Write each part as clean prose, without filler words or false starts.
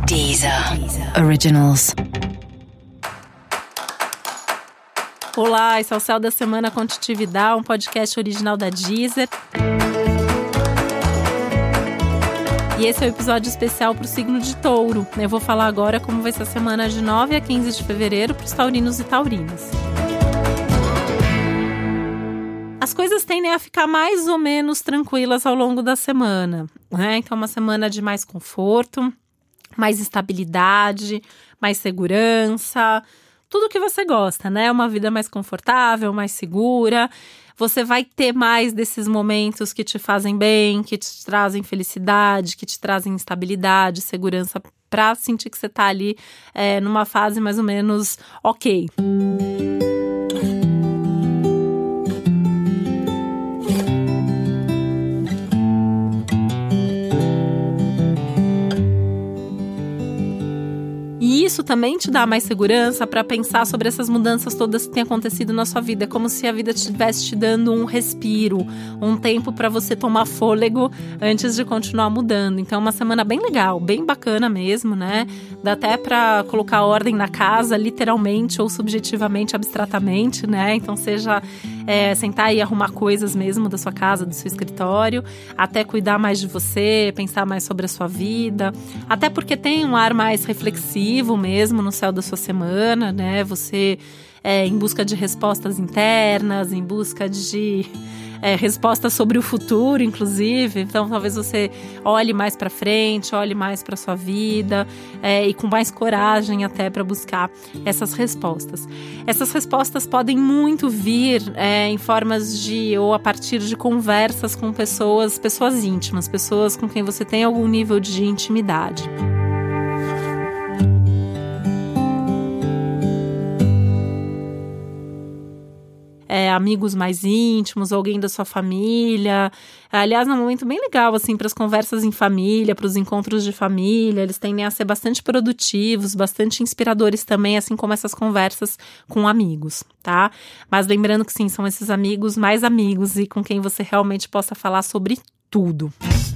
Deezer Originals. Olá, esse é o Céu da Semana com Titi Vidal, um podcast original da Deezer. E esse é o episódio especial para o signo de Touro. Eu vou falar agora como vai ser a semana de 9 a 15 de fevereiro para os taurinos e taurinas. As coisas tendem a ficar mais ou menos tranquilas ao longo da semana, né? Então, uma semana de mais conforto, mais estabilidade, mais segurança, tudo que você gosta, né? Uma vida mais confortável, mais segura. Você vai ter mais desses momentos que te fazem bem, que te trazem felicidade, que te trazem estabilidade, segurança, para sentir que você está ali numa fase mais ou menos ok. E isso também te dá mais segurança para pensar sobre essas mudanças todas que têm acontecido na sua vida. É como se a vida estivesse te dando um respiro, um tempo para você tomar fôlego antes de continuar mudando. Então é uma semana bem legal, bem bacana mesmo, né? Dá até para colocar ordem na casa, literalmente ou subjetivamente, abstratamente, né? Então seja sentar e arrumar coisas mesmo da sua casa, do seu escritório, até cuidar mais de você, pensar mais sobre a sua vida, até porque tem um ar mais reflexivo mesmo no céu da sua semana, né? Você em busca de respostas internas, em busca de respostas sobre o futuro, inclusive. Então, talvez você olhe mais para frente, olhe mais para sua vida e com mais coragem até para buscar essas respostas. Essas respostas podem muito vir em formas ou a partir de conversas com pessoas íntimas, pessoas com quem você tem algum nível de intimidade. Amigos mais íntimos, alguém da sua família. Aliás, é um momento bem legal, assim, para as conversas em família, para os encontros de família. Eles tendem a ser bastante produtivos, bastante inspiradores também, assim como essas conversas com amigos, tá? Mas lembrando que sim, são esses amigos mais amigos e com quem você realmente possa falar sobre tudo.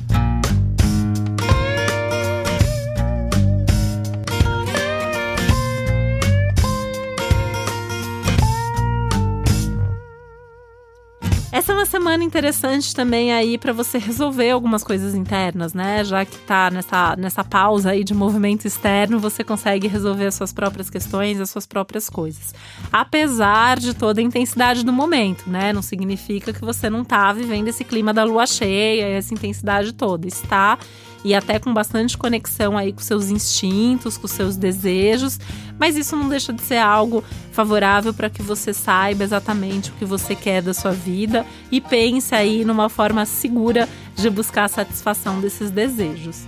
Essa é uma semana interessante também aí para você resolver algumas coisas internas, né? Já que tá nessa pausa aí de movimento externo, você consegue resolver as suas próprias questões, as suas próprias coisas. Apesar de toda a intensidade do momento, né? Não significa que você não tá vivendo esse clima da lua cheia, essa intensidade toda. Está e até com bastante conexão aí com seus instintos, com seus desejos, mas isso não deixa de ser algo favorável para que você saiba exatamente o que você quer da sua vida e pense aí numa forma segura de buscar a satisfação desses desejos.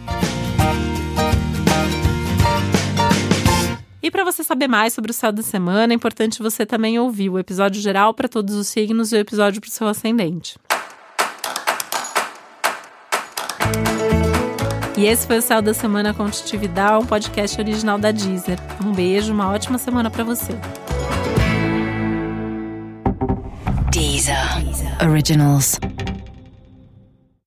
E para você saber mais sobre o céu da semana, é importante você também ouvir o episódio geral para todos os signos e o episódio para o seu ascendente. E esse foi o Céu da Semana com Titi Vidal, um podcast original da Deezer. Um beijo, uma ótima semana para você. Deezer Originals.